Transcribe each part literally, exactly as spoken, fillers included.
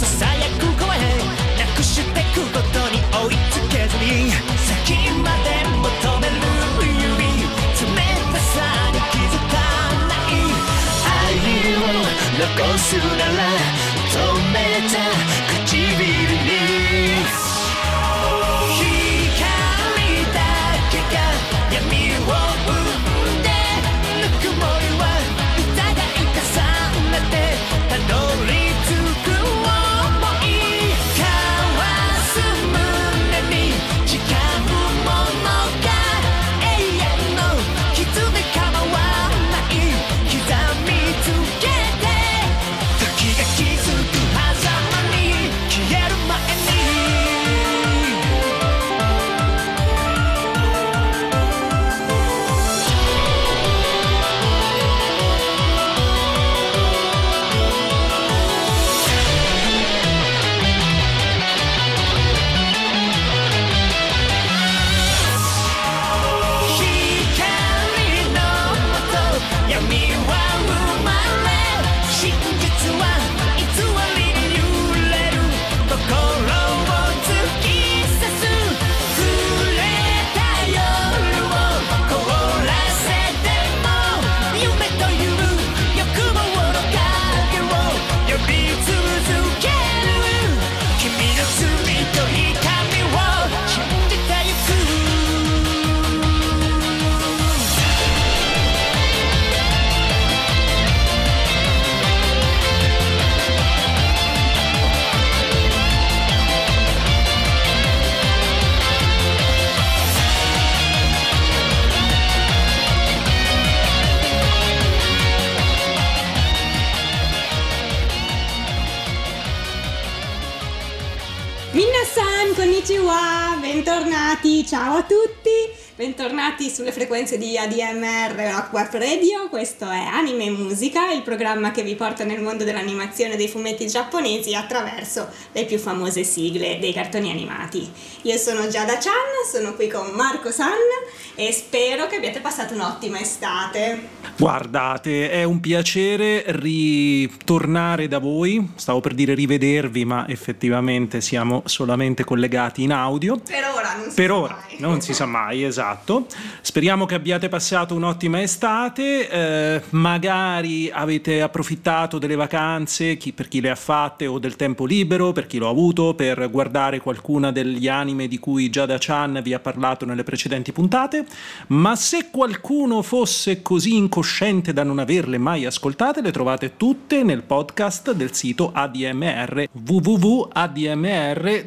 ささやく声なくしてくことに追いつけずに先まで求める指冷たさに気づかない愛を残すなら止めた唇に光だけが闇を生んでぬくもりは疑い重ねてたどり着く想い交わす胸に誓うものが永遠の傷で構わない刻みつけて時が気づく狭間に消える前に光のもと闇は生まれ真実は偽りに揺れる心を突き刺す触れた夜を凍らせても夢という欲望の影を呼び続ける君の罪と痛みを信じてゆく Minna-san, konnichiwa, bentornati, ciao a tutti, bentornati sulle frequenze di A D M R Rock Web Radio. Questo è Anime Musica, il programma che vi porta nel mondo dell'animazione e dei fumetti giapponesi attraverso le più famose sigle dei cartoni animati. Io sono Giada-chan, sono qui con Marco-san e spero che abbiate passato un'ottima estate. Guardate, è un piacere ritornare da voi, stavo per dire rivedervi, ma effettivamente siamo solamente collegati in audio. Per ora non si per sa ora, mai. non si sa mai, esatto. Speriamo che abbiate passato un'ottima estate, eh, magari avete approfittato delle vacanze, chi, per chi le ha fatte, o del tempo libero, per chi lo ha avuto, per guardare qualcuna degli anime di cui Giada-chan vi ha parlato nelle precedenti puntate, ma se qualcuno fosse così incosciente da non averle mai ascoltate, le trovate tutte nel podcast del sito A D M R w w w punto a d m r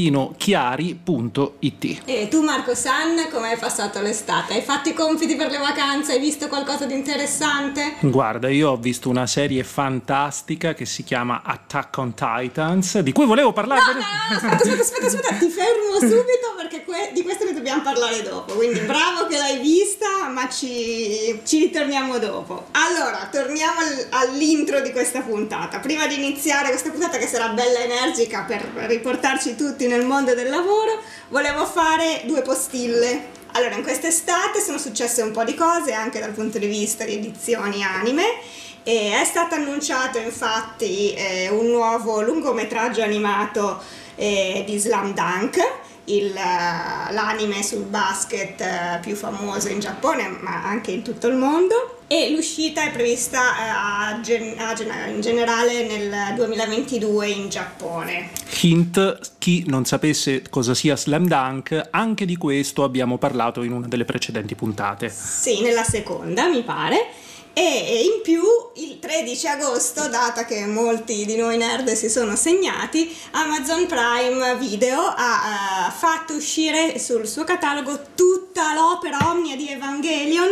chiari punto i t. E tu Marco-san, come hai passato l'estate? Hai fatto i compiti per le vacanze? Hai visto qualcosa di interessante? Guarda, io ho visto una serie fantastica che si chiama Attack on Titans, di cui volevo parlare. No, no, no, aspetta, aspetta, aspetta, aspetta, ti fermo subito perché que- di questo ne dobbiamo parlare dopo. Quindi bravo che l'hai vista, ma ci, ci ritorniamo dopo. Allora, torniamo al- all'intro di questa puntata. Prima di iniziare questa puntata, che sarà bella energica per riportarci tutti nel mondo del lavoro, volevo fare due postille. Allora, in quest'estate sono successe un po' di cose anche dal punto di vista di edizioni anime. E è stato annunciato infatti eh, un nuovo lungometraggio animato eh, di Slam Dunk, il, uh, l'anime sul basket uh, più famoso in Giappone ma anche in tutto il mondo, e l'uscita è prevista uh, a gen- a gen- in generale nel duemilaventidue in Giappone. Hint, chi non sapesse cosa sia Slam Dunk, anche di questo abbiamo parlato in una delle precedenti puntate. Sì, nella seconda mi pare. E in più il tredici agosto, data che molti di noi nerd si sono segnati, Amazon Prime Video ha uh, fatto uscire sul suo catalogo tutta l'opera omnia di Evangelion,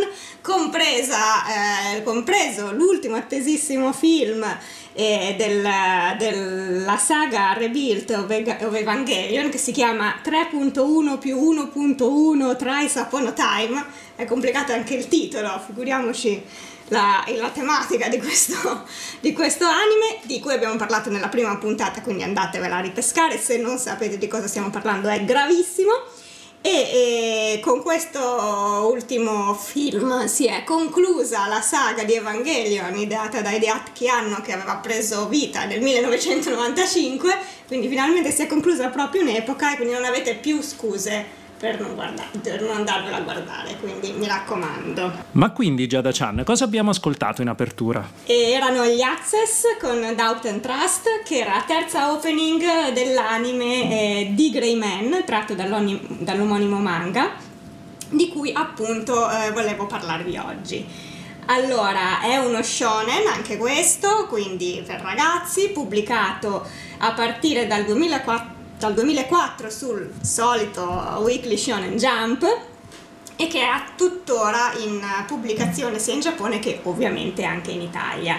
compresa, eh, compreso l'ultimo attesissimo film eh, del, della saga Rebuilt of, of Evangelion, che si chiama tre punto uno più uno punto uno Thrice Upon a Time. È complicato anche il titolo, figuriamoci La, la tematica di questo, di questo anime, di cui abbiamo parlato nella prima puntata, quindi andatevela a ripescare se non sapete di cosa stiamo parlando, è gravissimo. E, e con questo ultimo film si è conclusa la saga di Evangelion ideata da Hideaki Anno, che aveva preso vita nel millenovecentonovantacinque, quindi finalmente si è conclusa proprio un'epoca e quindi non avete più scuse per non, guarda- per non andarvela a guardare, quindi mi raccomando. Ma quindi Giada-chan, cosa abbiamo ascoltato in apertura? E erano gli Access con Doubt and Trust, che era la terza opening dell'anime eh, di Gray Man, tratto dall'omonimo manga, di cui appunto eh, volevo parlarvi oggi. Allora, è uno shonen anche questo, quindi per ragazzi, pubblicato a partire dal duemilaquattro dal duemilaquattro sul solito Weekly Shonen Jump e che è tuttora in pubblicazione sia in Giappone che ovviamente anche in Italia.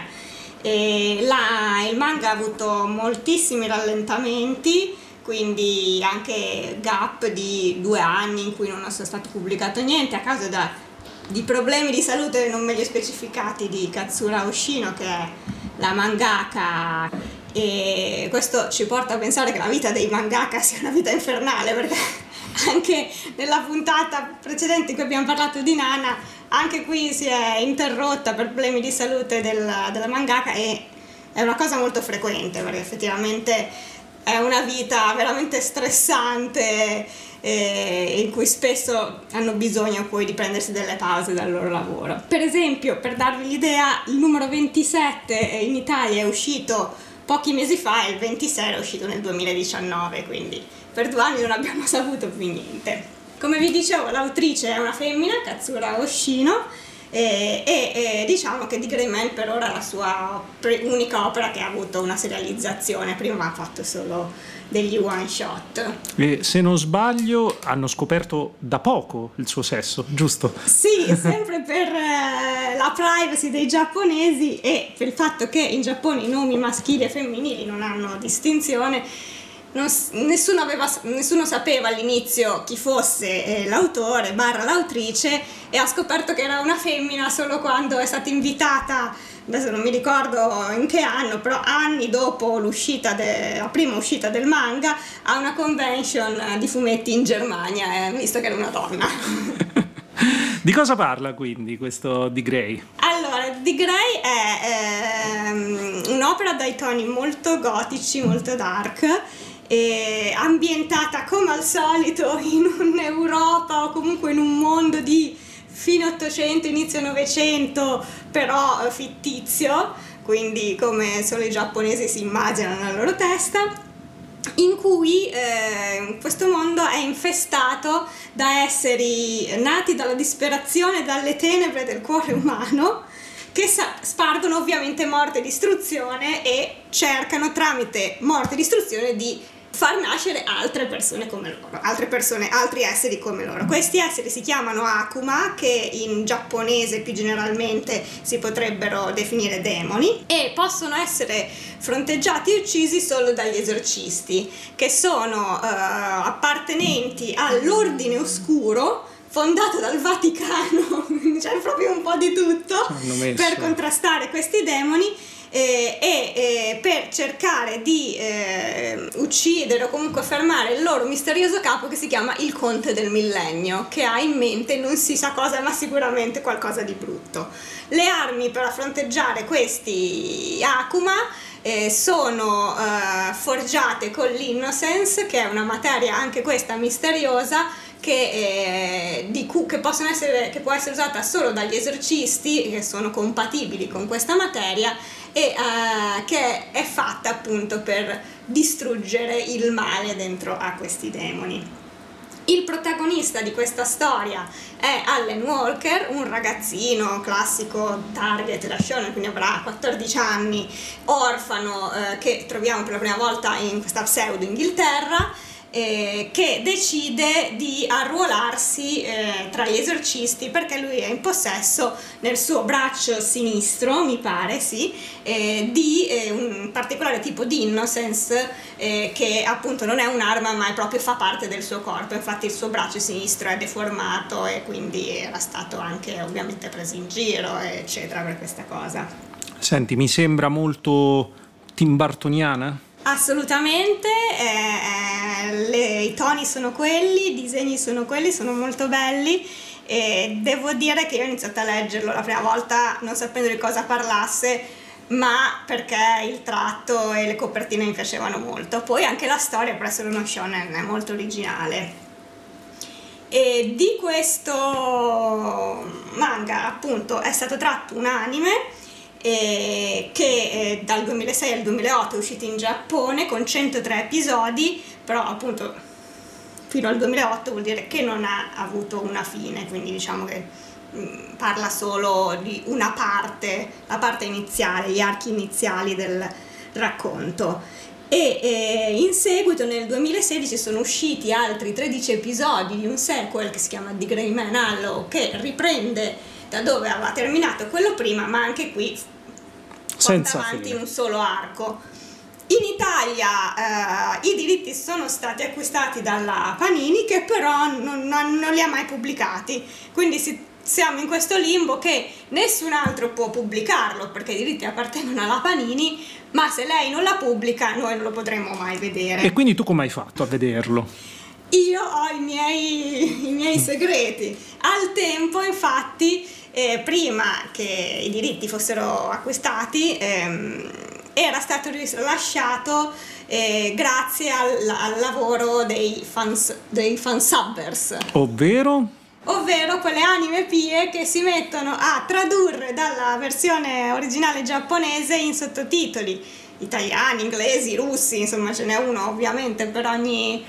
E la, il manga ha avuto moltissimi rallentamenti, quindi anche gap di due anni in cui non è stato pubblicato niente a causa da, di problemi di salute non meglio specificati di Katsura Oshino, che è la mangaka. E questo ci porta a pensare che la vita dei mangaka sia una vita infernale, perché anche nella puntata precedente in cui abbiamo parlato di Nana, anche qui si è interrotta per problemi di salute della, della mangaka, e è una cosa molto frequente perché effettivamente è una vita veramente stressante eh, in cui spesso hanno bisogno poi di prendersi delle pause dal loro lavoro. Per esempio, per darvi l'idea, il numero ventisette in Italia è uscito pochi mesi fa e il ventisei è uscito nel duemiladiciannove, quindi per due anni non abbiamo saputo più niente. Come vi dicevo, l'autrice è una femmina, Katsura Oshino, e, e, e diciamo che di Gray Man per ora è la sua pre- unica opera che ha avuto una serializzazione, prima ha fatto solo degli one shot. E se non sbaglio hanno scoperto da poco il suo sesso, giusto? Sì, sempre per eh, la privacy dei giapponesi e per il fatto che in Giappone i nomi maschili e femminili non hanno distinzione. Non, nessuno, aveva, nessuno sapeva all'inizio chi fosse eh, l'autore barra l'autrice, e ha scoperto che era una femmina solo quando è stata invitata, adesso non mi ricordo in che anno, però anni dopo l'uscita de, la prima uscita del manga, a una convention di fumetti in Germania, eh, visto che era una donna. Di cosa parla quindi questo di Gray? Allora, di Gray è ehm, un'opera dai toni molto gotici, molto dark, e ambientata come al solito in un'Europa o comunque in un mondo di fine Ottocento, inizio Novecento, però fittizio, quindi come solo i giapponesi si immaginano nella loro testa, in cui eh, questo mondo è infestato da esseri nati dalla disperazione e dalle tenebre del cuore umano, che sa- spargono ovviamente morte e distruzione e cercano tramite morte e distruzione di far nascere altre persone come loro, altre persone, altri esseri come loro. Questi esseri si chiamano Akuma, che in giapponese più generalmente si potrebbero definire demoni, e possono essere fronteggiati e uccisi solo dagli esorcisti, che sono eh, appartenenti all'ordine oscuro fondato dal Vaticano, c'è proprio un po' di tutto per contrastare questi demoni. E, e, e per cercare di eh, uccidere o comunque fermare il loro misterioso capo, che si chiama il Conte del Millennio, che ha in mente non si sa cosa, ma sicuramente qualcosa di brutto. Le armi per fronteggiare questi Akuma eh, sono eh, forgiate con l'Innocence, che è una materia anche questa misteriosa, che, eh, di cui, che, possono essere, che può essere usata solo dagli esorcisti che sono compatibili con questa materia, e uh, che è fatta appunto per distruggere il male dentro a questi demoni. Il protagonista di questa storia è Allen Walker, un ragazzino classico target da shonen, quindi avrà quattordici anni, orfano, eh, che troviamo per la prima volta in questa pseudo Inghilterra, Eh, che decide di arruolarsi eh, tra gli esorcisti perché lui è in possesso nel suo braccio sinistro, mi pare, sì, eh, di eh, un particolare tipo di Innocence eh, che appunto non è un'arma ma è proprio fa parte del suo corpo. Infatti il suo braccio sinistro è deformato e quindi era stato anche ovviamente preso in giro eccetera per questa cosa. Senti, mi sembra molto timbartoniana. Assolutamente, eh, le, i toni sono quelli, i disegni sono quelli, sono molto belli e devo dire che io ho iniziato a leggerlo la prima volta non sapendo di cosa parlasse, ma perché il tratto e le copertine mi piacevano molto. Poi anche la storia, per essere uno shonen, è molto originale. E di questo manga appunto è stato tratto un anime eh, che eh, dal duemilasei al duemilaotto è uscito in Giappone con centotré episodi, però appunto fino al duemilaotto vuol dire che non ha avuto una fine, quindi diciamo che mh, parla solo di una parte, la parte iniziale, gli archi iniziali del racconto. E eh, in seguito nel duemilasedici sono usciti altri tredici episodi di un sequel che si chiama The Gray Man Hallow, che riprende da dove aveva terminato quello prima, ma anche qui senza porta avanti fine. un solo arco. In Italia eh, i diritti sono stati acquistati dalla Panini, che però non, non, non li ha mai pubblicati, quindi si, siamo in questo limbo che nessun altro può pubblicarlo perché i diritti appartengono alla Panini, ma se lei non la pubblica noi non lo potremo mai vedere. E quindi tu come hai fatto a vederlo? Io ho i miei, i miei segreti. Al tempo, infatti, eh, prima che i diritti fossero acquistati, ehm, era stato rilasciato eh, grazie al, al lavoro dei fans, dei fansubbers. Ovvero? Ovvero quelle anime pie che si mettono a tradurre dalla versione originale giapponese in sottotitoli italiani, inglesi, russi, insomma ce n'è uno ovviamente per ogni,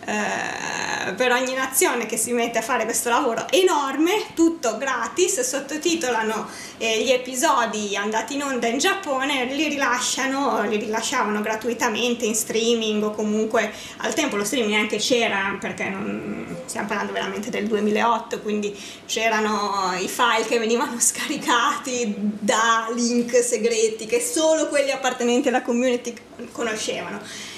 eh, per ogni nazione che si mette a fare questo lavoro enorme, tutto gratis, sottotitolano eh, gli episodi andati in onda in Giappone, li rilasciano, li rilasciavano gratuitamente in streaming, o comunque al tempo lo streaming neanche c'era perché non, stiamo parlando veramente del duemilaotto, quindi c'erano i file che venivano scaricati da link segreti che solo quelli appartenenti alla community conoscevano,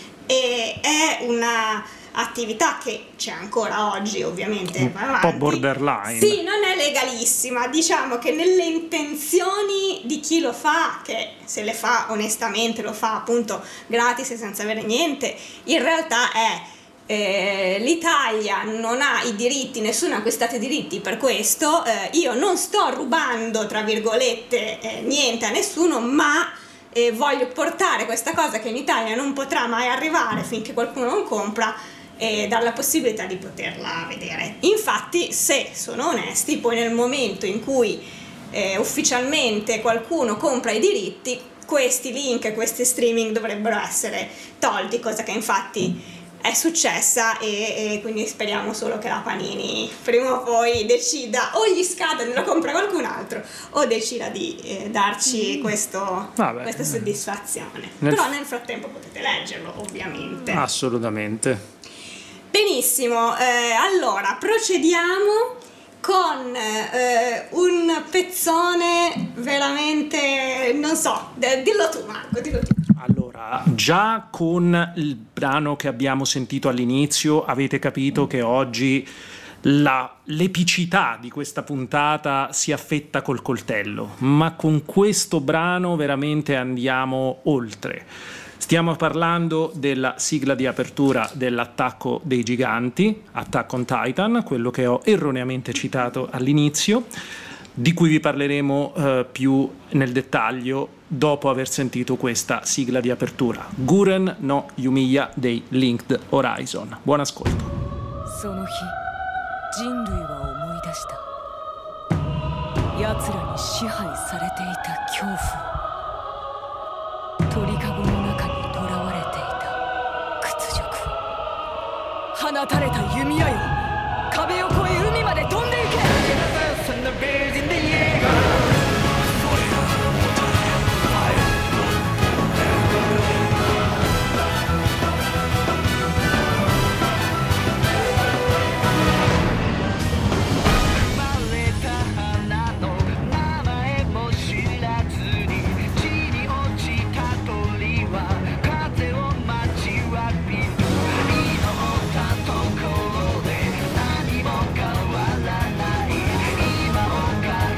e è una attività che c'è ancora oggi ovviamente, un va avanti. po' borderline. Sì, non è legalissima, diciamo che nelle intenzioni di chi lo fa, che se le fa onestamente lo fa appunto gratis e senza avere niente, in realtà è eh, l'Italia non ha i diritti, nessuno ha acquistato i diritti per questo, eh, io non sto rubando tra virgolette eh, niente a nessuno, ma eh, voglio portare questa cosa che in Italia non potrà mai arrivare finché qualcuno non compra, e dar la possibilità di poterla vedere. Infatti, se sono onesti, poi nel momento in cui eh, ufficialmente qualcuno compra i diritti, questi link, questi streaming dovrebbero essere tolti, cosa che infatti è successa, e, e quindi speriamo solo che la Panini prima o poi decida, o gli scada e lo compra qualcun altro, o decida di eh, darci questo, questa soddisfazione. Nel... Però nel frattempo potete leggerlo, ovviamente. Assolutamente. Benissimo, eh, allora procediamo con eh, un pezzone veramente, non so, de- dillo tu Marco, dillo tu. Allora, già con il brano che abbiamo sentito all'inizio avete capito che oggi la, l'epicità di questa puntata si affetta col coltello, ma con questo brano veramente andiamo oltre. Stiamo parlando della sigla di apertura dell'Attacco dei Giganti, Attack on Titan, quello che ho erroneamente citato all'inizio, di cui vi parleremo eh, più nel dettaglio dopo aver sentito questa sigla di apertura. Guren no Yumiya dei Linked Horizon. Buon ascolto. その日、人類は思い出した。奴らに支配されていた恐怖。鳥かごの中に囚われていた屈辱。放たれた弓矢よ、壁を越え海まで飛んでいけ。何も変わらない今を変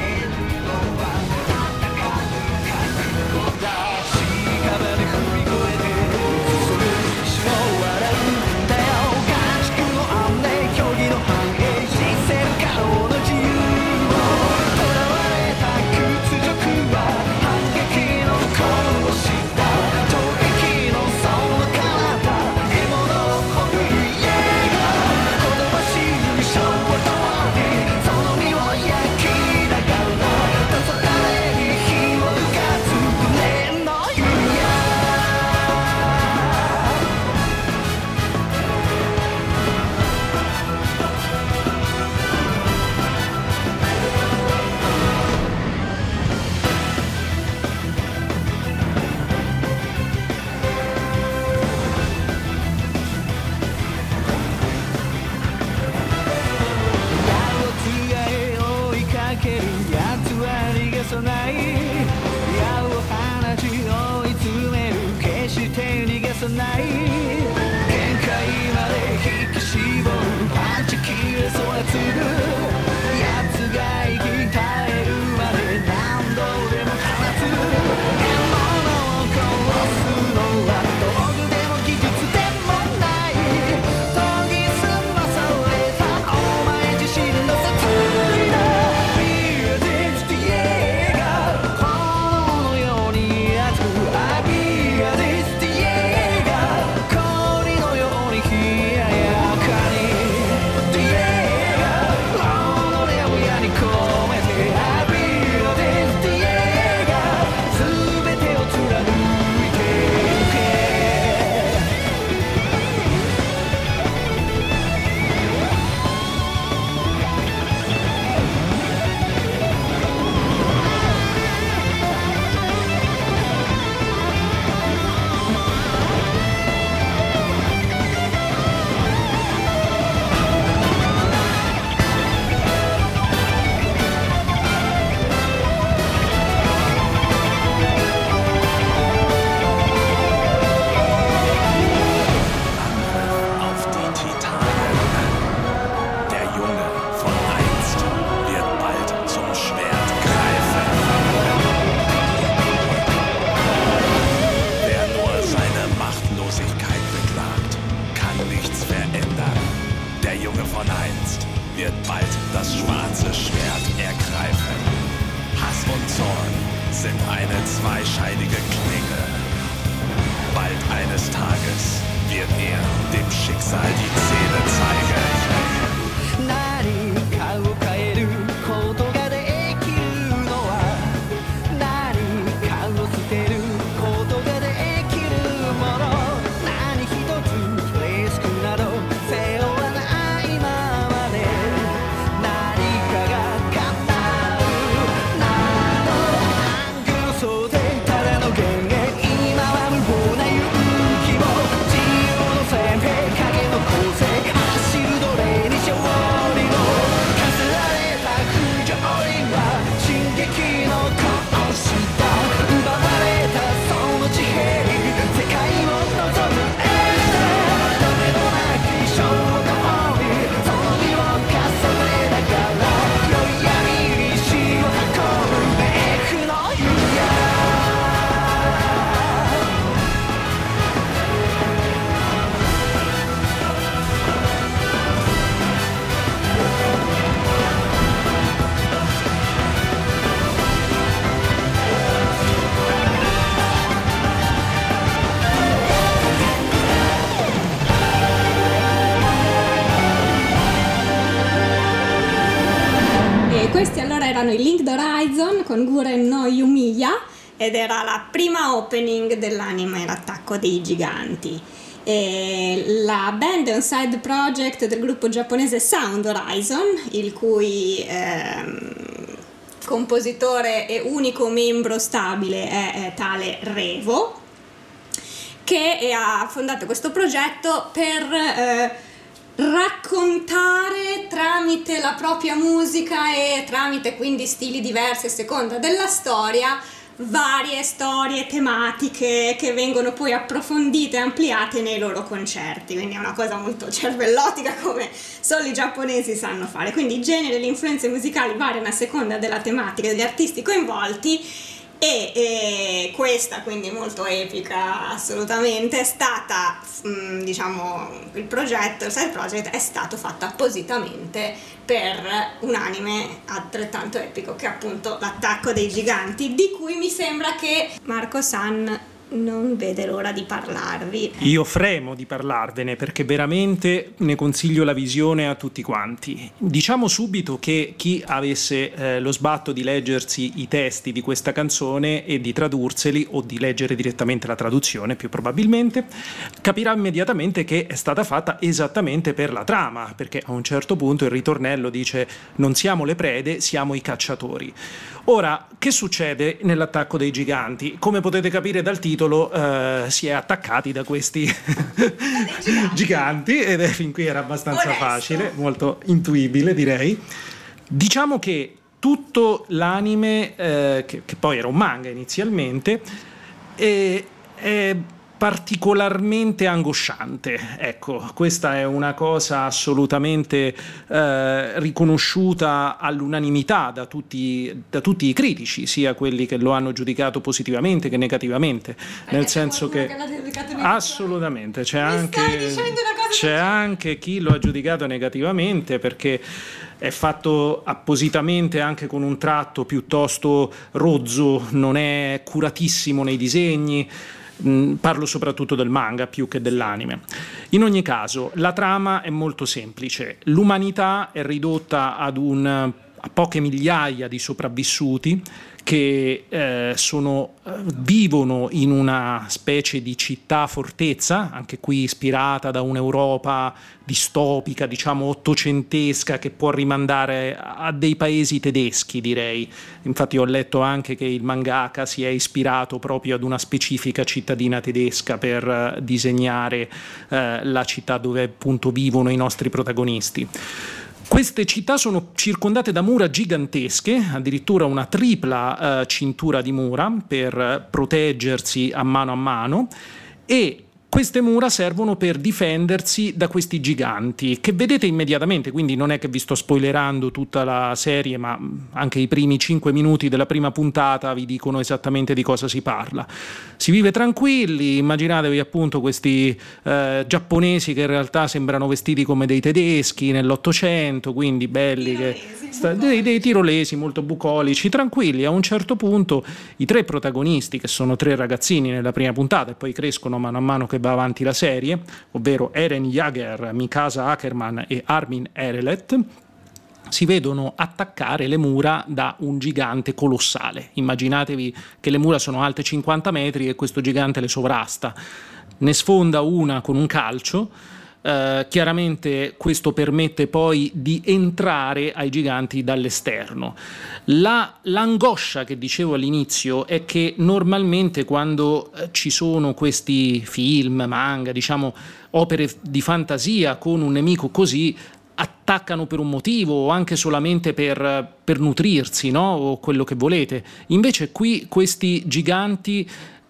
wird bald das schwarze Schwert ergreifen. Hass und Zorn sind eine zweischneidige Klinge. Bald eines Tages wird er dem Schicksal die Zähne zeigen. 何かを変えることができるのは何かを捨てることができるもの何一つリスクなど背負わないままで何かが語るなどアングルそうでただの幻影今は無謀な勇気も自由の線平影の構成走る奴隷に勝利の課せられた不条理は進撃のこうした奪われたその地平世界を望むエレンどめのなき衝動にその身を重ねながら良い闇に死を運ぶ冥府の湯や E questi allora erano i Linked Horizon con Guren no Yumiya ed era la prima opening dell'anime L'attacco dei giganti. E la band è un side project del gruppo giapponese Sound Horizon, il cui ehm, compositore e unico membro stabile è, è tale Revo, che è- ha fondato questo progetto per eh, raccontare tramite la propria musica e tramite quindi stili diversi a seconda della storia varie storie tematiche che vengono poi approfondite e ampliate nei loro concerti, quindi è una cosa molto cervellotica come solo i giapponesi sanno fare, quindi i generi e le influenze musicali variano a seconda della tematica e degli artisti coinvolti. E, e questa quindi molto epica assolutamente è stata mh, diciamo il progetto, il side project è stato fatto appositamente per un anime altrettanto epico che è appunto L'attacco dei giganti, di cui mi sembra che Marco San non vede l'ora di parlarvi. Io fremo di parlarvene perché veramente ne consiglio la visione a tutti quanti. Diciamo subito che chi avesse eh, lo sbatto di leggersi i testi di questa canzone e di tradurseli o di leggere direttamente la traduzione più probabilmente capirà immediatamente che è stata fatta esattamente per la trama, perché a un certo punto il ritornello dice non siamo le prede, siamo i cacciatori. Ora, che succede nell'attacco dei giganti? Come potete capire dal titolo, eh, si è attaccati da questi giganti ed è fin qui era abbastanza Onesto. facile, molto intuibile direi. Diciamo che tutto l'anime, eh, che, che poi era un manga inizialmente, è, è particolarmente angosciante. Ecco, questa è una cosa assolutamente eh, riconosciuta all'unanimità da tutti, da tutti i critici, sia quelli che lo hanno giudicato positivamente che negativamente, nel senso che assolutamente c'è anche, c'è anche chi lo ha giudicato negativamente perché è fatto appositamente anche con un tratto piuttosto rozzo, non è curatissimo nei disegni. Mm, parlo soprattutto del manga più che dell'anime. In ogni caso, la trama è molto semplice. L'umanità è ridotta ad un, a poche migliaia di sopravvissuti che eh, sono, eh, vivono in una specie di città fortezza, anche qui ispirata da un'Europa distopica, diciamo ottocentesca, che può rimandare a dei paesi tedeschi, direi. Infatti ho letto anche che il mangaka si è ispirato proprio ad una specifica cittadina tedesca per eh, disegnare eh, la città dove appunto vivono i nostri protagonisti. Queste città sono circondate da mura gigantesche, addirittura una tripla eh, cintura di mura per proteggersi a mano a mano, e queste mura servono per difendersi da questi giganti che vedete immediatamente, quindi non è che vi sto spoilerando tutta la serie, ma anche i primi cinque minuti della prima puntata vi dicono esattamente di cosa si parla. Si vive tranquilli, immaginatevi appunto questi eh, giapponesi che in realtà sembrano vestiti come dei tedeschi nell'Ottocento, quindi belli, che, sta, dei, dei tirolesi molto bucolici, tranquilli. A un certo punto i tre protagonisti, che sono tre ragazzini nella prima puntata e poi crescono mano a mano che va avanti la serie, ovvero Eren Jaeger, Mikasa Ackerman e Armin Erelet, si vedono attaccare le mura da un gigante colossale. Immaginatevi che le mura sono alte cinquanta metri e questo gigante le sovrasta. Ne sfonda una con un calcio. Uh, chiaramente questo permette poi di entrare ai giganti dall'esterno. La, l'angoscia che dicevo all'inizio è che normalmente quando uh, ci sono questi film, manga, diciamo opere di fantasia con un nemico così, attaccano per un motivo o anche solamente per, per nutrirsi, no? O quello che volete. Invece qui questi giganti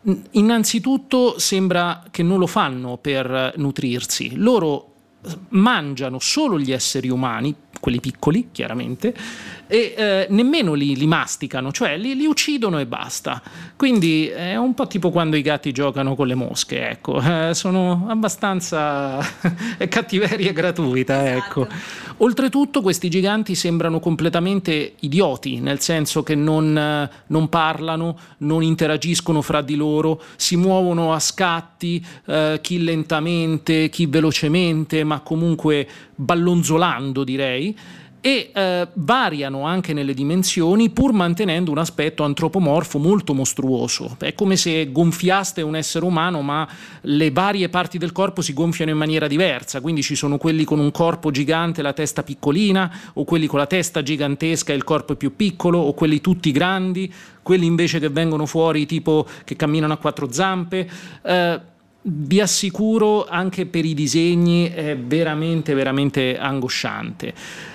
innanzitutto sembra che non lo fanno per nutrirsi, loro mangiano solo gli esseri umani, quelli piccoli chiaramente, e eh, nemmeno li, li masticano, cioè li, li uccidono e basta. Quindi è un po' tipo quando i gatti giocano con le mosche, ecco, eh, sono abbastanza è cattiveria gratuita, ecco. Oltretutto questi giganti sembrano completamente idioti, nel senso che non, non parlano, non interagiscono fra di loro, si muovono a scatti, eh, chi lentamente, chi velocemente, ma comunque ballonzolando, direi, e eh, variano anche nelle dimensioni pur mantenendo un aspetto antropomorfo molto mostruoso. È come se gonfiaste un essere umano, ma le varie parti del corpo si gonfiano in maniera diversa, quindi ci sono quelli con un corpo gigante e la testa piccolina, o quelli con la testa gigantesca e il corpo è più piccolo, o quelli tutti grandi, quelli invece che vengono fuori tipo che camminano a quattro zampe. Eh, vi assicuro, anche per i disegni è veramente veramente angosciante.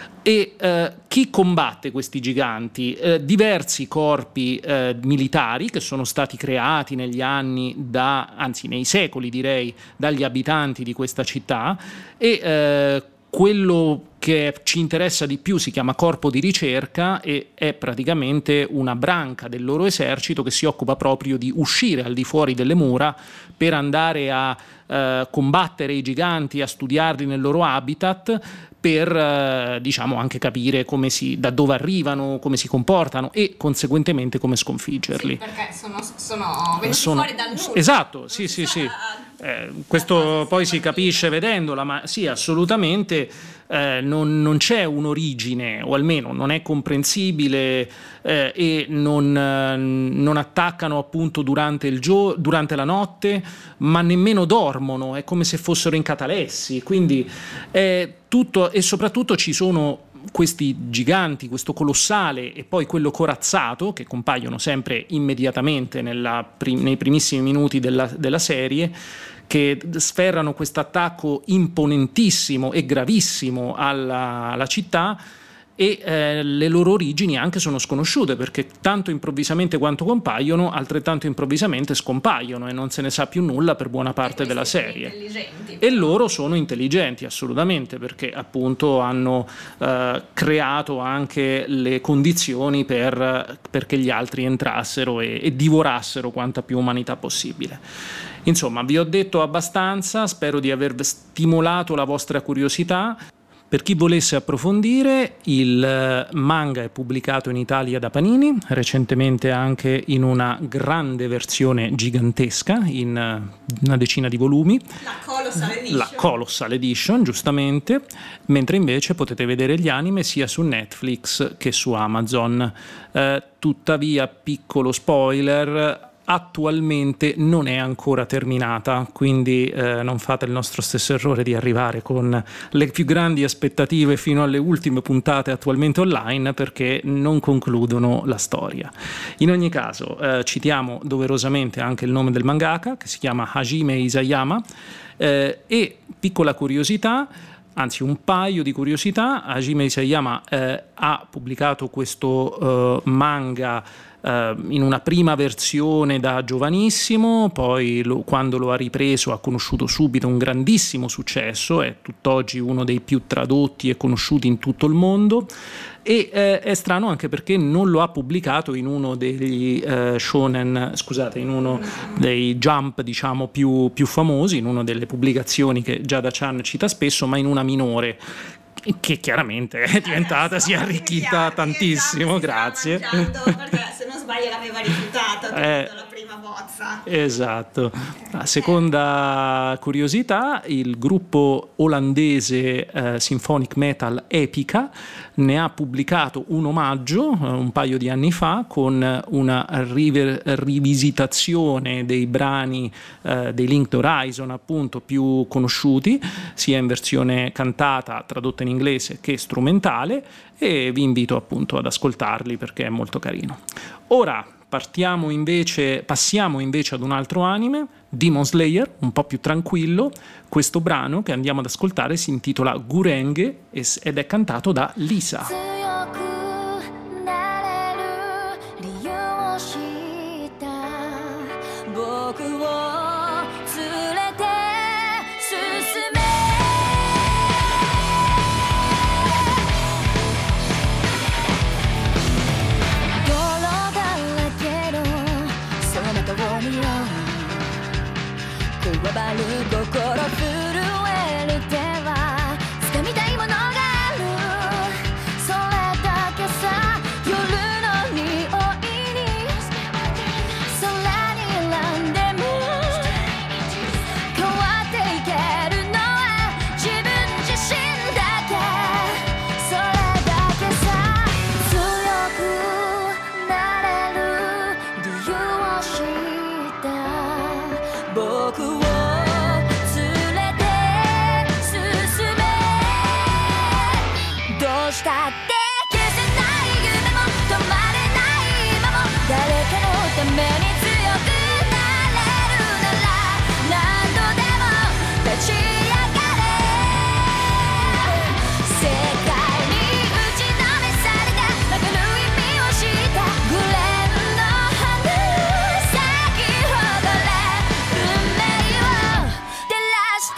E eh, chi combatte questi giganti? Eh, diversi corpi eh, militari che sono stati creati negli anni, da, anzi nei secoli direi, dagli abitanti di questa città, e eh, quello che ci interessa di più si chiama corpo di ricerca e è praticamente una branca del loro esercito che si occupa proprio di uscire al di fuori delle mura per andare a eh, combattere i giganti, a studiarli nel loro habitat, per eh, diciamo anche capire come si, da dove arrivano, come si comportano e conseguentemente come sconfiggerli. Sì, perché sono, sono venuti sono, fuori dal nulla. Esatto, sì, sì, sì. Eh, questo poi si capisce vedendola, ma sì, assolutamente eh, non, non c'è un'origine, o almeno non è comprensibile, eh, e non, eh, non attaccano appunto durante, il gio- durante la notte, ma nemmeno dormono, è come se fossero in catalessi, quindi è tutto, e soprattutto ci sono questi giganti, questo colossale e poi quello corazzato, che compaiono sempre immediatamente nella prim- nei primissimi minuti della, della serie, che sferrano questo attacco imponentissimo e gravissimo alla, alla città, e eh, le loro origini anche sono sconosciute, perché tanto improvvisamente quanto compaiono, altrettanto improvvisamente scompaiono e non se ne sa più nulla per buona parte della serie. E loro sono intelligenti assolutamente, perché appunto hanno eh, creato anche le condizioni per, perché gli altri entrassero e, e divorassero quanta più umanità possibile. Insomma, vi ho detto abbastanza, spero di aver stimolato la vostra curiosità. Per chi volesse approfondire, il manga è pubblicato in Italia da Panini, recentemente anche in una grande versione gigantesca, in una decina di volumi. La Colossal Edition. La Colossal Edition, giustamente, mentre invece potete vedere gli anime sia su Netflix che su Amazon. Eh, tuttavia, piccolo spoiler, attualmente non è ancora terminata, quindi eh, non fate il nostro stesso errore di arrivare con le più grandi aspettative fino alle ultime puntate attualmente online, perché non concludono la storia. In ogni caso eh, citiamo doverosamente anche il nome del mangaka, che si chiama Hajime Isayama, eh, e piccola curiosità, anzi un paio di curiosità. Hajime Isayama eh, ha pubblicato questo eh, manga eh, in una prima versione da giovanissimo, poi lo, quando lo ha ripreso ha conosciuto subito un grandissimo successo, è tutt'oggi uno dei più tradotti e conosciuti in tutto il mondo. E eh, è strano anche perché non lo ha pubblicato in uno degli eh, shonen, scusate, in uno dei Jump, diciamo, più, più famosi, in una delle pubblicazioni che Giada-chan cita spesso, ma in una minore, che chiaramente è diventata, si è arricchita tantissimo, grazie. Perché se non sbaglio l'aveva rifiutato eh, la prima bozza. Esatto. La seconda curiosità, il gruppo olandese eh, symphonic metal Epica ne ha pubblicato un omaggio eh, un paio di anni fa con una river- rivisitazione dei brani eh, dei Linked Horizon, appunto, più conosciuti, sia in versione cantata tradotta in inglese che strumentale, e vi invito appunto ad ascoltarli perché è molto carino. Ora partiamo invece, passiamo invece ad un altro anime, Demon Slayer, un po' più tranquillo. Questo brano che andiamo ad ascoltare si intitola Gurenge ed è cantato da Lisa. わばる心震える手は掴みたいものがあるそれだけさ夜の匂いに空に選んでも変わっていけるのは自分自身だけそれだけさ強くなれる理由を知った僕をしたって消せない夢も止まれない今も誰かのために強くなれるなら何度でも立ち上がれ世界に打ちのめされたわかる意味を知ったグレンの花咲き誇れ運命を照らして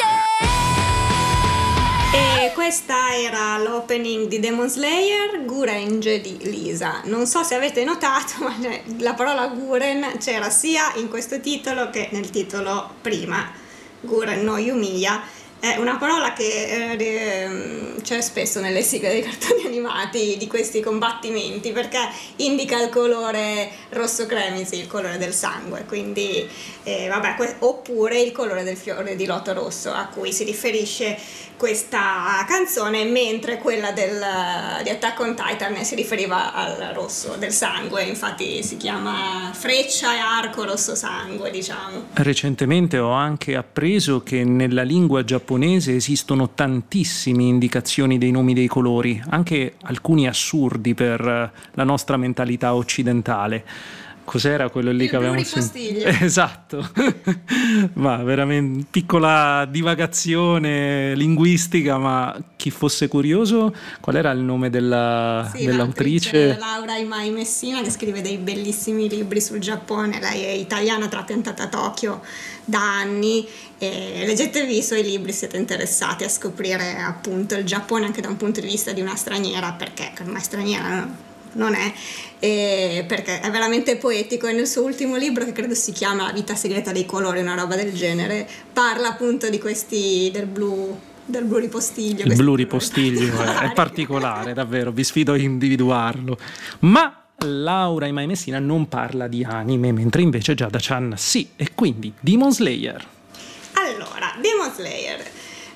E questa era l'opening di Demon Slayer, Gurenge di Lisa. Non so se avete notato, ma la parola Guren c'era sia in questo titolo che nel titolo prima, Guren no Yumiya. È una parola che eh, c'è spesso nelle sigle dei cartoni animati di questi combattimenti, perché indica il colore rosso cremisi, il colore del sangue, quindi eh, vabbè, que- oppure il colore del fiore di loto rosso a cui si riferisce questa canzone, mentre quella del, di Attack on Titan si riferiva al rosso del sangue, infatti si chiama freccia e arco rosso sangue, diciamo. Recentemente ho anche appreso che nella lingua giapponese esistono tantissime indicazioni dei nomi dei colori, anche alcuni assurdi per la nostra mentalità occidentale. Cos'era quello lì il che avevamo sentito? Esatto. Ma veramente piccola divagazione linguistica, ma chi fosse curioso, qual era il nome della, sì, dell'autrice? Laura Imai Messina, che scrive dei bellissimi libri sul Giappone. Lei è italiana, trapiantata a Tokyo da anni, e leggetevi i suoi libri, siete interessati a scoprire appunto il Giappone anche da un punto di vista di una straniera, perché ormai straniera no? non è, eh, perché è veramente poetico, e nel suo ultimo libro, che credo si chiama La vita segreta dei colori, una roba del genere, parla appunto di questi, del blu, del blu ripostiglio. Il blu ripostiglio è, è particolare, davvero, vi sfido a individuarlo. Ma Laura Imai Messina non parla di anime, mentre invece Giada-chan sì, e quindi Demon Slayer. Allora, Demon Slayer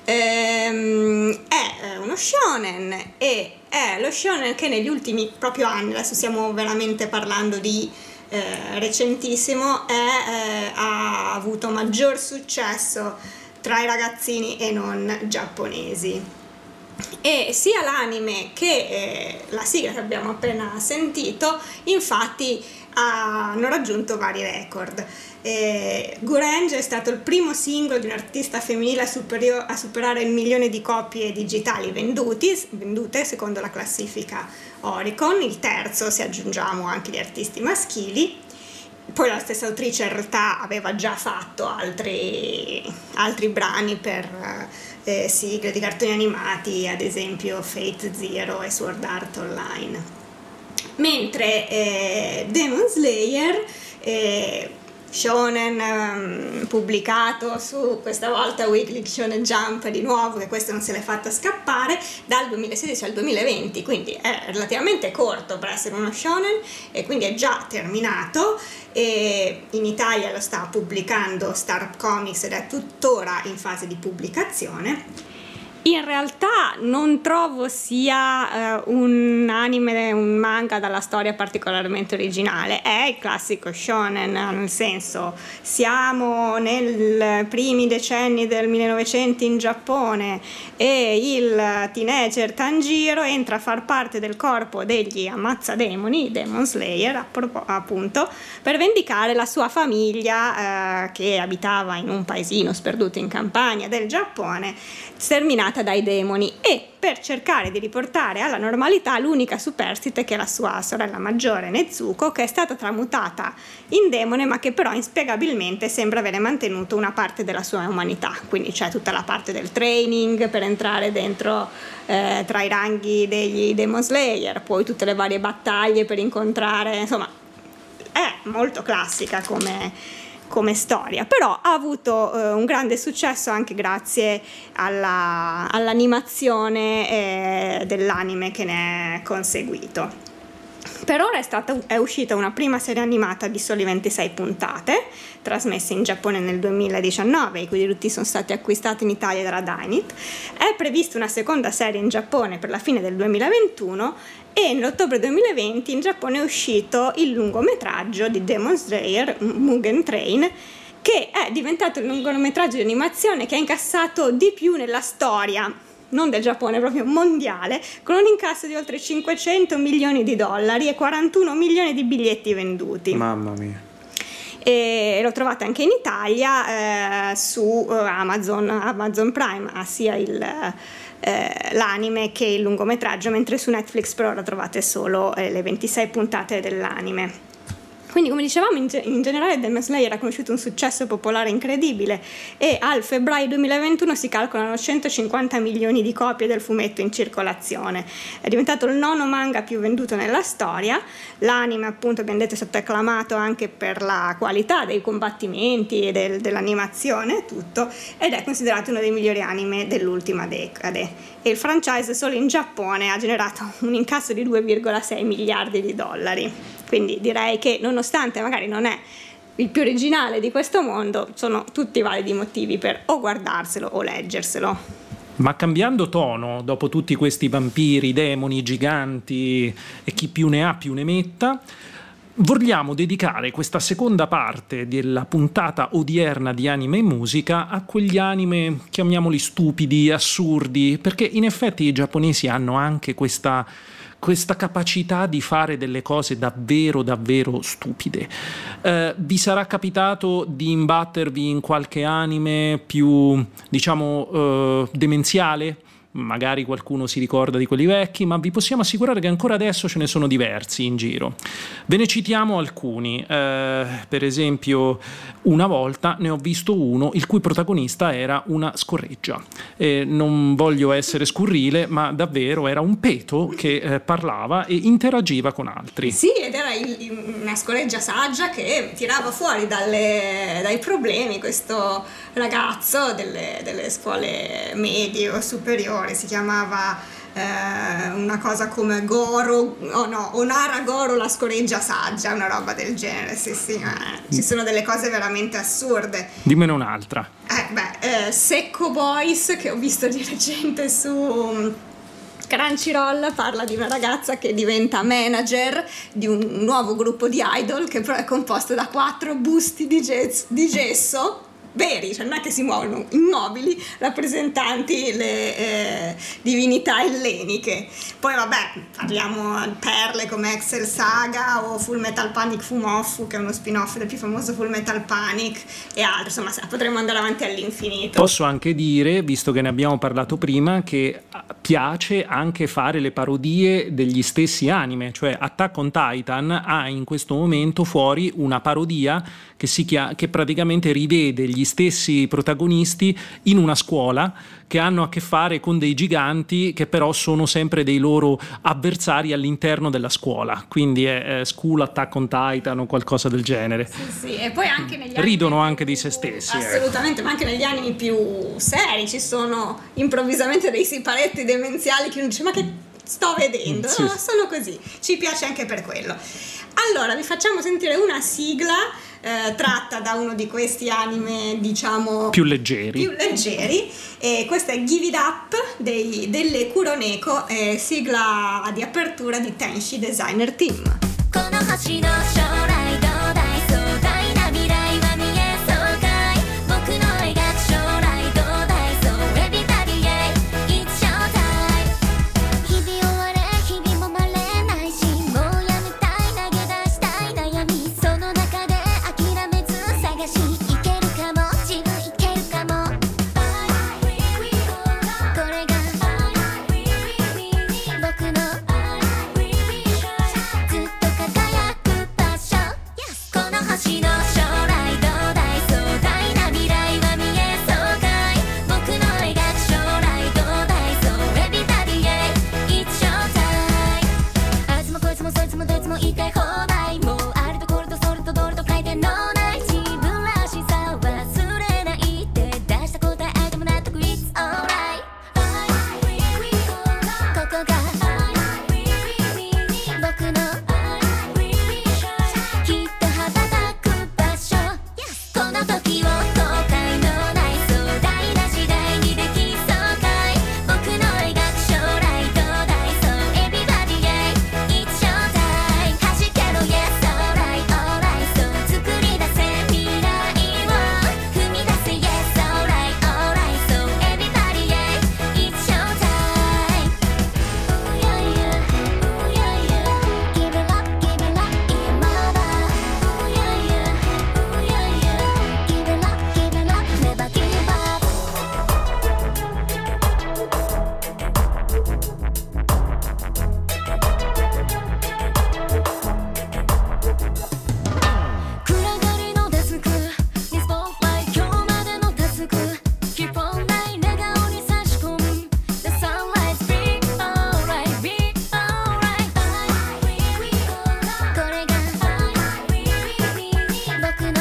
ehm, è uno shonen, e è lo shonen che negli ultimi proprio anni, adesso stiamo veramente parlando di eh, recentissimo, è, eh, ha avuto maggior successo tra i ragazzini e non giapponesi. e sia l'anime che eh, la sigla che abbiamo appena sentito infatti hanno raggiunto vari record. Eh, Gurange è stato il primo singolo di un artista femminile a, superio- a superare il milione di copie digitali venduti, vendute secondo la classifica Oricon, il terzo se aggiungiamo anche gli artisti maschili. Poi la stessa autrice in realtà aveva già fatto altri, altri brani per eh, sigle di cartoni animati, ad esempio Fate Zero e Sword Art Online. Mentre eh, Demon Slayer, eh, shonen um, pubblicato su questa volta Weekly Shonen Jump di nuovo, che questo non se l'è fatta scappare, dal duemilasedici al duemilaventi, quindi è relativamente corto per essere uno shonen e quindi è già terminato. E in Italia lo sta pubblicando Star Comics ed è tuttora in fase di pubblicazione. In realtà non trovo sia uh, un anime, un manga dalla storia particolarmente originale, è il classico shonen, nel senso siamo nei primi decenni del millenovecento in Giappone e il teenager Tanjiro entra a far parte del corpo degli ammazzademoni, Demon Slayer appunto, per vendicare la sua famiglia uh, che abitava in un paesino sperduto in campagna del Giappone, sterminata dai demoni, e per cercare di riportare alla normalità l'unica superstite che è la sua sorella maggiore Nezuko, che è stata tramutata in demone ma che però inspiegabilmente sembra avere mantenuto una parte della sua umanità, quindi c'è tutta la parte del training per entrare dentro eh, tra i ranghi degli Demon Slayer, poi tutte le varie battaglie per incontrare, insomma è molto classica come come storia, però ha avuto eh, un grande successo anche grazie alla, all'animazione eh, dell'anime che ne è conseguito. Per ora è, stata, è uscita una prima serie animata di soli ventisei puntate, trasmesse in Giappone nel duemiladiciannove, i cui diritti sono stati acquistati in Italia dalla Dynit. È prevista una seconda serie in Giappone per la fine del duemilaventuno e nell'ottobre duemilaventi in Giappone è uscito il lungometraggio di Demon Slayer, Mugen Train, che è diventato il lungometraggio di animazione che ha incassato di più nella storia, non del Giappone, proprio mondiale, con un incasso di oltre cinquecento milioni di dollari e quarantuno milioni di biglietti venduti. Mamma mia. E lo trovate anche in Italia eh, su Amazon, Amazon Prime, ha sia il, eh, l'anime che il lungometraggio, mentre su Netflix però lo trovate solo eh, le ventisei puntate dell'anime. Quindi, come dicevamo, in, ge- in generale Demon Slayer ha conosciuto un successo popolare incredibile e al febbraio duemilaventuno si calcolano centocinquanta milioni di copie del fumetto in circolazione. È diventato il nono manga più venduto nella storia. L'anime, appunto, abbiamo detto, è stato acclamato anche per la qualità dei combattimenti e del, dell'animazione, tutto, ed è considerato uno dei migliori anime dell'ultima decade. E il franchise solo in Giappone ha generato un incasso di due virgola sei miliardi di dollari. Quindi direi che, nonostante magari non è il più originale di questo mondo, sono tutti validi motivi per o guardarselo o leggerselo. Ma cambiando tono, dopo tutti questi vampiri, demoni, giganti e chi più ne ha più ne metta, vogliamo dedicare questa seconda parte della puntata odierna di Anime e Musica a quegli anime, chiamiamoli stupidi, assurdi, perché in effetti i giapponesi hanno anche questa questa capacità di fare delle cose davvero davvero stupide. Eh, vi sarà capitato di imbattervi in qualche anime più, diciamo, eh, demenziale? Magari qualcuno si ricorda di quelli vecchi, ma vi possiamo assicurare che ancora adesso ce ne sono diversi in giro. Ve ne citiamo alcuni. Eh, per esempio, una volta ne ho visto uno il cui protagonista era una scorreggia. Eh, non voglio essere scurrile, ma davvero era un peto che eh, parlava e interagiva con altri. Sì, ed era il, una scorreggia saggia che tirava fuori dalle, dai problemi questo ragazzo delle, delle scuole medie o superiori. Si chiamava eh, una cosa come Goro, oh no, Onara Goro la scoreggia saggia, una roba del genere. Sì, sì, eh, ci sono delle cose veramente assurde. Dimmene un'altra. Eh, beh, eh, Secco Boys, che ho visto di recente su Crunchyroll, parla di una ragazza che diventa manager di un nuovo gruppo di idol che però è composto da quattro busti di, gess- di gesso veri, cioè non è che si muovono, immobili, rappresentanti le eh, divinità elleniche. Poi vabbè, parliamo di perle come Excel Saga o Full Metal Panic Fumofu, che è uno spin-off del più famoso Full Metal Panic, e altri, insomma potremmo andare avanti all'infinito. Posso anche dire, visto che ne abbiamo parlato prima, che piace anche fare le parodie degli stessi anime, cioè Attack on Titan ha in questo momento fuori una parodia che, si chiama, che praticamente rivede gli stessi protagonisti in una scuola, che hanno a che fare con dei giganti che però sono sempre dei loro avversari all'interno della scuola, quindi è, è School Attack on Titan o qualcosa del genere. Sì, sì, e poi anche negli ridono anime anche più, di se stessi. assolutamente, eh. Ma anche negli anime più seri ci sono improvvisamente dei sipaletti demenziali che uno dice ma che sto vedendo, sì. No, sono così, ci piace anche per quello. Allora vi facciamo sentire una sigla eh, tratta da uno di questi anime, diciamo più leggeri, più leggeri e questa è Give It Up dei, delle Kuroneko, eh, sigla di apertura di Tenshi Designer Team. この星の将来どうだい壮大な未来は見えそうかい僕の描く将来どうだいそう Everybody yeah It's showtime 日々終われ日々もまれないしもうやめたい投げ出したい悩みその中で諦めず探しいけるかも自分いけるかもこれが僕のずっと輝く場所この星の将来どうだい壮大な未来は見えそうかい僕の描く将来どうだいそう Everybody yeah It's showtime あいつもこいつもそいつもどいつも言いたい放題もうあるところとそれとどれと書いてのない自分らしさ忘れないって出した答えでも納得 It's alright ここが僕のきっと羽ばたく場所この時を後悔のない壮大な時代にできそうかい僕の描く将来どうだいそう Everybody yeah It's showtime 弾けろ Yes alright alright そう作り出せ未来を踏み出せ Yes alright alright そう Everybody yeah It's showtime Ooh yeah yeah Ooh yeah yeah Give it up give it up 今だ Ooh yeah yeah Ooh yeah yeah Give it up give it up Never give up 暗がりのデスクにスポットライト今日までのタスク Keep on line 寝顔に差し込む The sunlight's be alright be alright これが僕の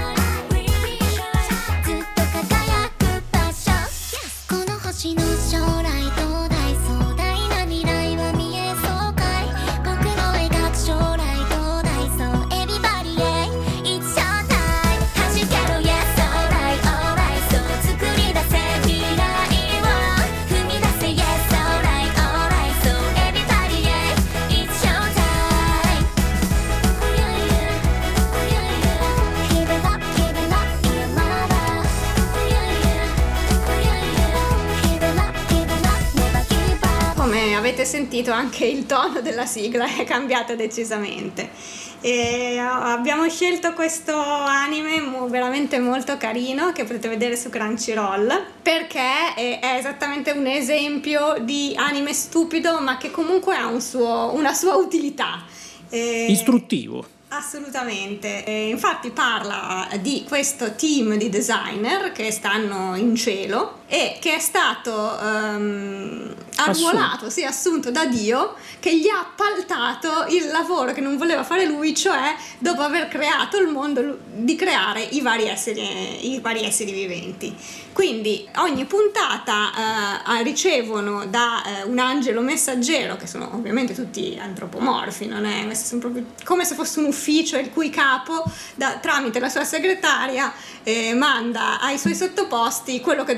ずっと輝く場所この星の将来どうだい壮大な未来は見えそうかい僕の描く将来どうだいそう Everybody yeah It's showtime 弾けろ Yes alright alright そう作り出せ未来を踏み出せ Yes alright alright そう Everybody yeah It's showtime Ooh yeah yeah Ooh yeah yeah Give it up give it up 今だ Ooh yeah yeah Ooh yeah yeah Give it up give it up Never give up Come avete sentito anche il tono della sigla è cambiato decisamente e abbiamo scelto questo anime mo- veramente molto carino che potete vedere su Crunchyroll perché è, è esattamente un esempio di anime stupido ma che comunque ha un suo, una sua utilità. E- istruttivo. Assolutamente, e infatti parla di questo team di designer che stanno in cielo e che è stato um, arruolato, sì, assunto da Dio, che gli ha appaltato il lavoro che non voleva fare lui, cioè dopo aver creato il mondo di creare i vari esseri, i vari esseri viventi. Quindi ogni puntata uh, ricevono da uh, un angelo messaggero, che sono ovviamente tutti antropomorfi, non è, questi sono proprio come se fosse un ufficio il cui capo da, tramite la sua segretaria eh, manda ai suoi sottoposti quello che devono fare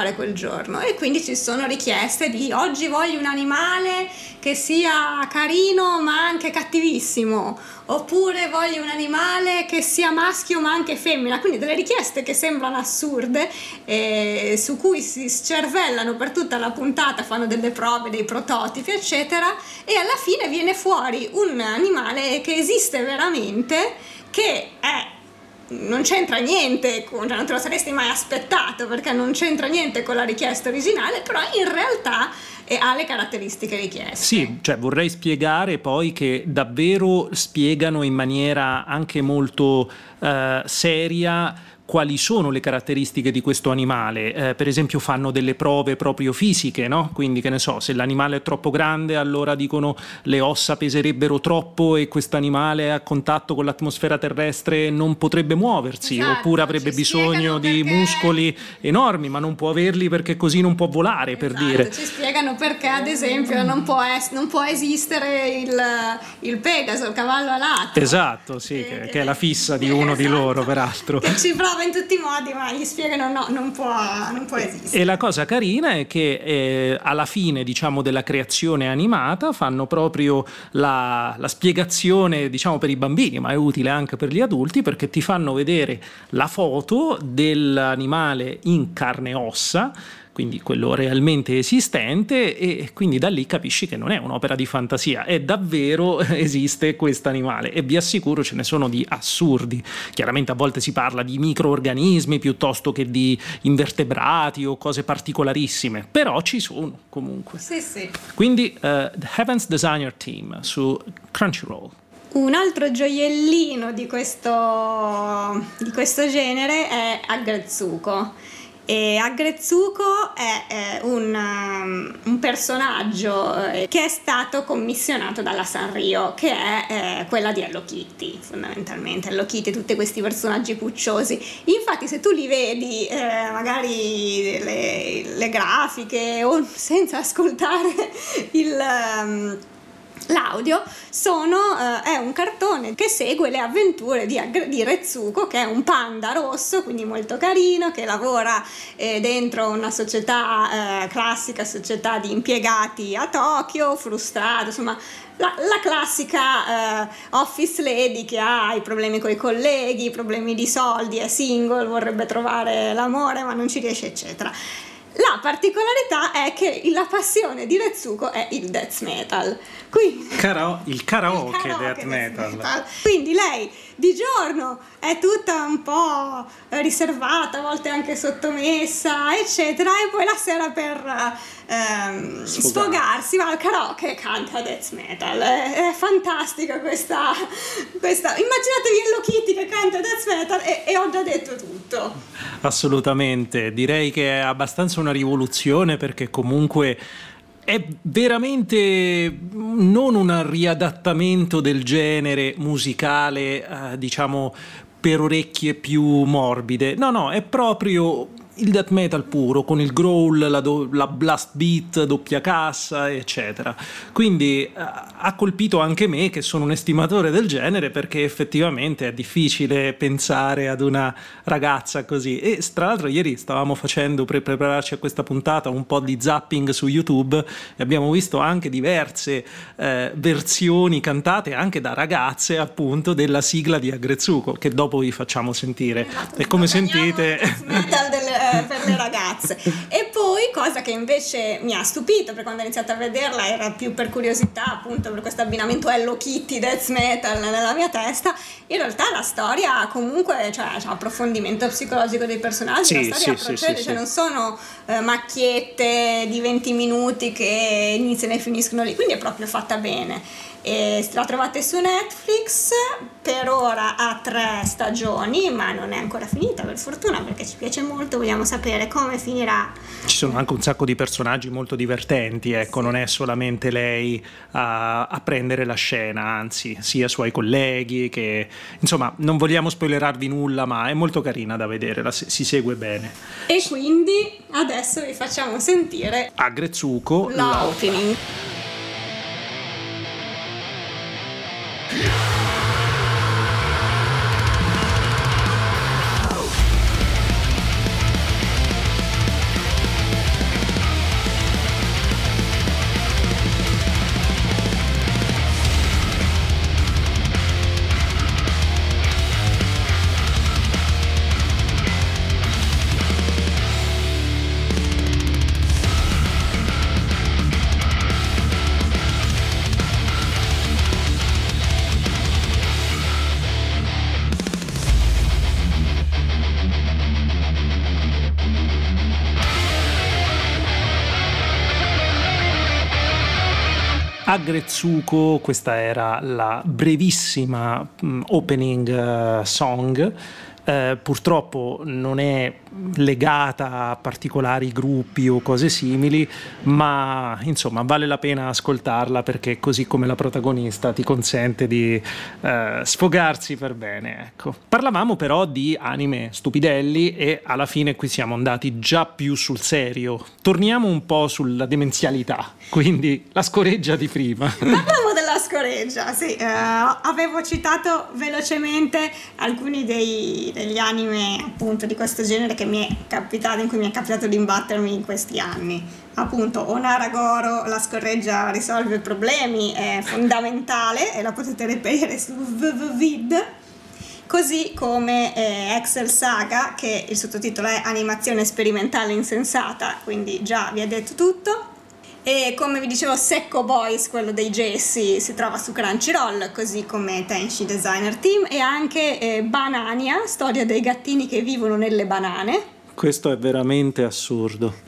mangiare quel giorno, e quindi ci sono richieste di oggi voglio un animale che sia carino ma anche cattivissimo, oppure voglio un animale che sia maschio ma anche femmina, quindi delle richieste che sembrano assurde, eh, su cui si scervellano per tutta la puntata, fanno delle prove, dei prototipi eccetera, e alla fine viene fuori un animale che esiste veramente, che è non c'entra niente con, cioè non te lo saresti mai aspettato perché non c'entra niente con la richiesta originale, però in realtà eh, ha le caratteristiche richieste. Sì, cioè vorrei spiegare poi che davvero spiegano in maniera anche molto eh, seria quali sono le caratteristiche di questo animale. Eh, per esempio fanno delle prove proprio fisiche, no? Quindi che ne so, se l'animale è troppo grande allora dicono le ossa peserebbero troppo e questo animale a contatto con l'atmosfera terrestre non potrebbe muoversi, esatto, oppure avrebbe bisogno di perché... muscoli enormi ma non può averli perché così non può volare, per esatto, dire. Ci spiegano perché ad esempio non può, es- non può esistere il, il Pegaso, il cavallo alato. Esatto, sì, che, che è la fissa di uno esatto, di loro peraltro. Che ci prova in tutti i modi, ma gli spiegano no, non può, non può esistere. E la cosa carina è che eh, alla fine, diciamo, della creazione animata fanno proprio la, la spiegazione, diciamo, per i bambini, ma è utile anche per gli adulti, perché ti fanno vedere la foto dell'animale in carne e ossa, quindi quello realmente esistente, e quindi da lì capisci che non è un'opera di fantasia, è davvero esiste questo animale, e vi assicuro ce ne sono di assurdi. Chiaramente a volte si parla di microorganismi piuttosto che di invertebrati o cose particolarissime, però ci sono comunque. Sì, sì. Quindi uh, The Heaven's Designer Team su Crunchyroll. Un altro gioiellino di questo, di questo genere è Aggretsuko. E Aggretsuko è, è un, um, un personaggio eh, che è stato commissionato dalla Sanrio, che è eh, quella di Hello Kitty, fondamentalmente. Hello Kitty, tutti questi personaggi pucciosi. Infatti se tu li vedi, eh, magari le, le grafiche o senza ascoltare il... Um, l'audio, sono, uh, è un cartone che segue le avventure di, di Retsuko, che è un panda rosso, quindi molto carino, che lavora eh, dentro una società, eh, classica società di impiegati a Tokyo, frustrato, insomma la, la classica eh, office lady che ha i problemi con i colleghi, i problemi di soldi, è single, vorrebbe trovare l'amore ma non ci riesce, eccetera. La particolarità è che la passione di Retsuko è il death metal. Quindi, Cara- il karaoke, il karaoke death death metal. metal. Quindi lei di giorno è tutta un po' riservata, a volte anche sottomessa, eccetera, e poi la sera per ehm, sfogarsi va al karaoke e canta death metal. È, è fantastica questa, questa. Immaginatevi Hello Kitty che canta death metal e, e ho già detto tutto. Assolutamente, direi che è abbastanza una rivoluzione, perché comunque è veramente non un riadattamento del genere musicale, eh, diciamo, per orecchie più morbide. No, no, è proprio il death metal puro, con il growl, la, do- la blast beat, doppia cassa, eccetera. Quindi eh, ha colpito anche me, che sono un estimatore del genere, perché effettivamente è difficile pensare ad una ragazza così. E tra l'altro ieri stavamo facendo, per prepararci a questa puntata, un po' di zapping su YouTube e abbiamo visto anche diverse eh, versioni cantate anche da ragazze, appunto, della sigla di Aggretsuko, che dopo vi facciamo sentire. Esatto, e come sentite metal delle, per le ragazze. E poi, cosa che invece mi ha stupito, perché quando ho iniziato a vederla era più per curiosità, appunto per questo abbinamento Hello Kitty death metal nella mia testa, in realtà la storia comunque, cioè, c'è approfondimento psicologico dei personaggi, sì, la storia sì, procede, sì, cioè sì. non sono eh, macchiette di venti minuti che iniziano e finiscono lì, quindi è proprio fatta bene. E la trovate su Netflix, per ora ha tre stagioni, ma non è ancora finita, per fortuna, perché ci piace molto, vogliamo sapere come finirà. Ci sono anche un sacco di personaggi molto divertenti, ecco, non è solamente lei a, a prendere la scena, anzi sia i suoi colleghi che, insomma, non vogliamo spoilerarvi nulla, ma è molto carina da vedere, la, si segue bene. E quindi adesso vi facciamo sentire Aggretsuko, l'opening. Aggretsuko, questa era la brevissima um, opening uh, song. Uh, purtroppo non è legata a particolari gruppi o cose simili, ma insomma vale la pena ascoltarla perché così come la protagonista ti consente di uh, sfogarsi per bene, ecco. Parlavamo però di anime stupidelli e alla fine qui siamo andati già più sul serio. Torniamo un po' sulla demenzialità, quindi la scoreggia di prima. Parliamo della scoreggia, sì. Uh, avevo citato velocemente alcuni dei, degli anime appunto di questo genere che mi è capitato, in cui mi è capitato di imbattermi in questi anni. Appunto Onara Goro, la scorreggia risolve problemi, è fondamentale e la potete reperire su www. Così come eh, Excel Saga, che il sottotitolo è Animazione sperimentale insensata, quindi già vi ha detto tutto. E come vi dicevo, Secco Boys, quello dei Jessie, si trova su Crunchyroll, così come Tenshi Designer Team, e anche eh, Banania, storia dei gattini che vivono nelle banane. Questo è veramente assurdo.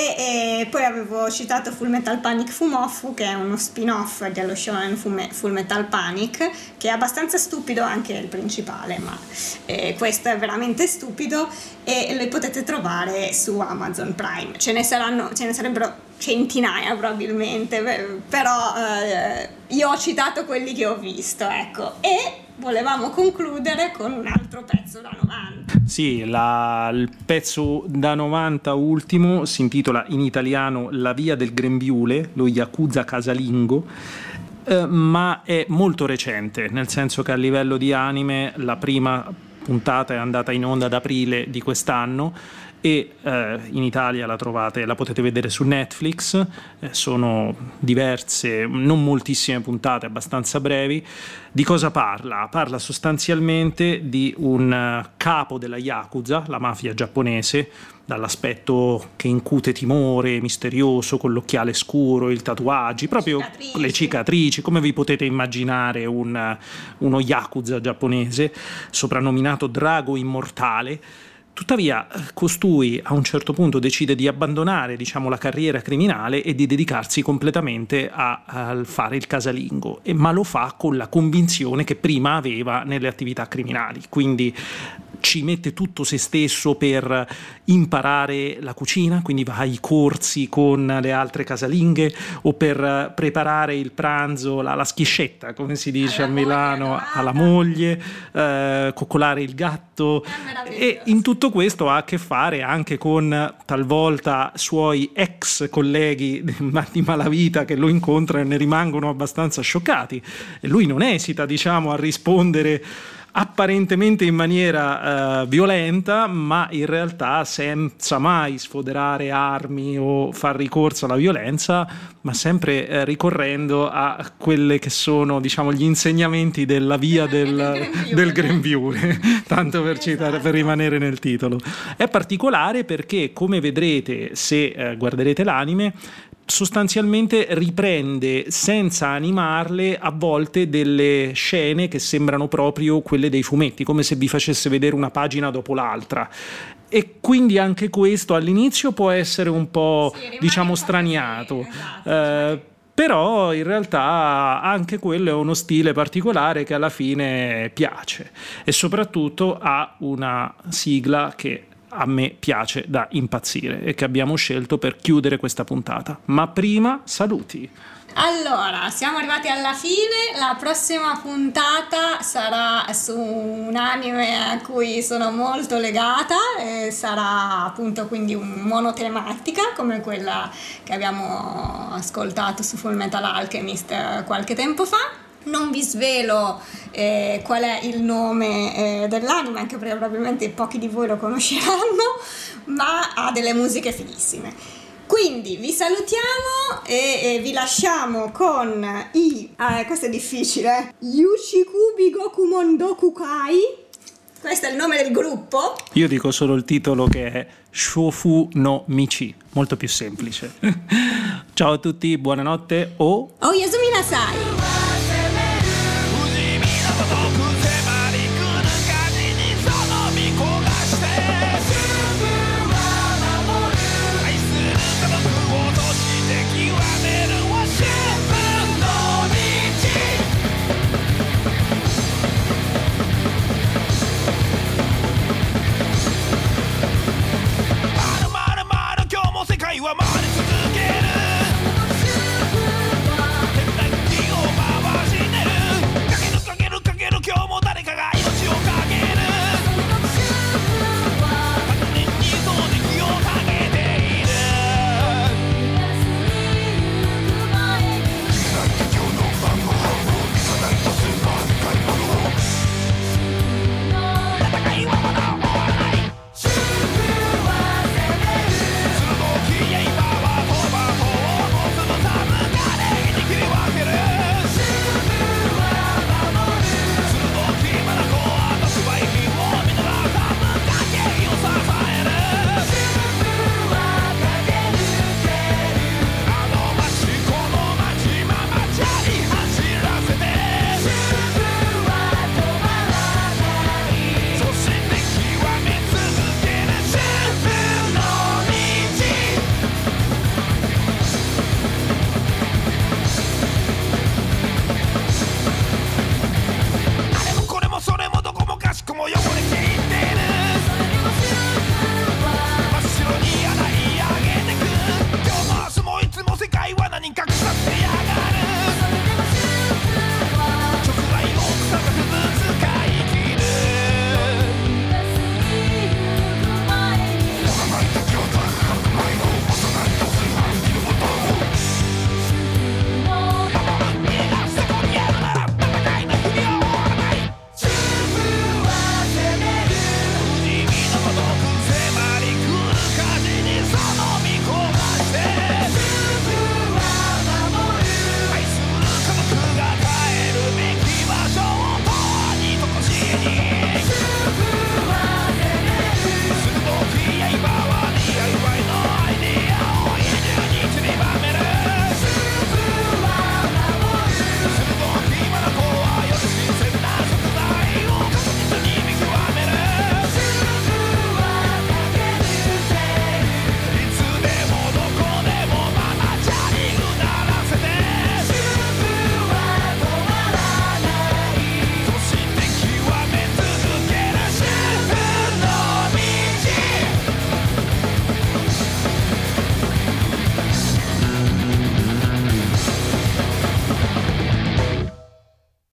E, e poi avevo citato Full Metal Panic Fumofu, che è uno spin-off dello shonen Full Metal Panic, che è abbastanza stupido, anche il principale, ma eh, questo è veramente stupido e lo potete trovare su Amazon Prime. Ce ne saranno, ce ne sarebbero centinaia probabilmente, però eh, io ho citato quelli che ho visto, ecco. E volevamo concludere con un altro pezzo da novanta. Sì, la, il pezzo da novanta ultimo si intitola in italiano La via del grembiule, lo Yakuza casalingo, eh, ma è molto recente, nel senso che a livello di anime la prima puntata è andata in onda ad aprile di quest'anno e eh, in Italia la trovate, la potete vedere su Netflix, eh, sono diverse, non moltissime puntate, abbastanza brevi. Di cosa parla? Parla sostanzialmente di un uh, capo della Yakuza, la mafia giapponese, dall'aspetto che incute timore, misterioso, con l'occhiale scuro, i tatuaggi, proprio cicatrici. Le cicatrici, come vi potete immaginare un, uh, uno Yakuza giapponese, soprannominato Drago Immortale. Tuttavia, costui a un certo punto decide di abbandonare, diciamo, la carriera criminale e di dedicarsi completamente a, a fare il casalingo, e, ma lo fa con la convinzione che prima aveva nelle attività criminali. Quindi ci mette tutto se stesso per imparare la cucina, quindi va ai corsi con le altre casalinghe, o per preparare il pranzo, la, la schiscetta, come si dice alla a Milano, moglie, alla moglie, eh, coccolare il gatto. E in tutto questo ha a che fare anche con talvolta suoi ex colleghi di malavita che lo incontrano e ne rimangono abbastanza scioccati, e lui non esita, diciamo, a rispondere apparentemente in maniera uh, violenta, ma in realtà senza mai sfoderare armi o far ricorso alla violenza, ma sempre uh, ricorrendo a quelle che sono, diciamo, gli insegnamenti della via del, del grembiule, tanto per citare, per rimanere nel titolo. È particolare perché, come vedrete se uh, guarderete l'anime, sostanzialmente riprende senza animarle a volte delle scene che sembrano proprio quelle dei fumetti, come se vi facesse vedere una pagina dopo l'altra, e quindi anche questo all'inizio può essere un po', sì, diciamo, straniato. Esatto. Eh, però in realtà anche quello è uno stile particolare che alla fine piace, e soprattutto ha una sigla che a me piace da impazzire e che abbiamo scelto per chiudere questa puntata. Ma prima, saluti. Allora, siamo arrivati alla fine. La prossima puntata sarà su un anime a cui sono molto legata, e sarà appunto quindi un monotematica come quella che abbiamo ascoltato su Full Metal Alchemist qualche tempo fa. Non vi svelo eh, qual è il nome eh, dell'anime, anche perché probabilmente pochi di voi lo conosceranno, ma ha delle musiche fighissime. Quindi vi salutiamo e, e vi lasciamo con i... Eh, questo è difficile. Yushikubi Goku Mondoku Kai. Questo è il nome del gruppo. Io dico solo il titolo, che è Shofu no Michi, molto più semplice. Ciao a tutti, buonanotte o... Oyasumi nasai. 不死身の毒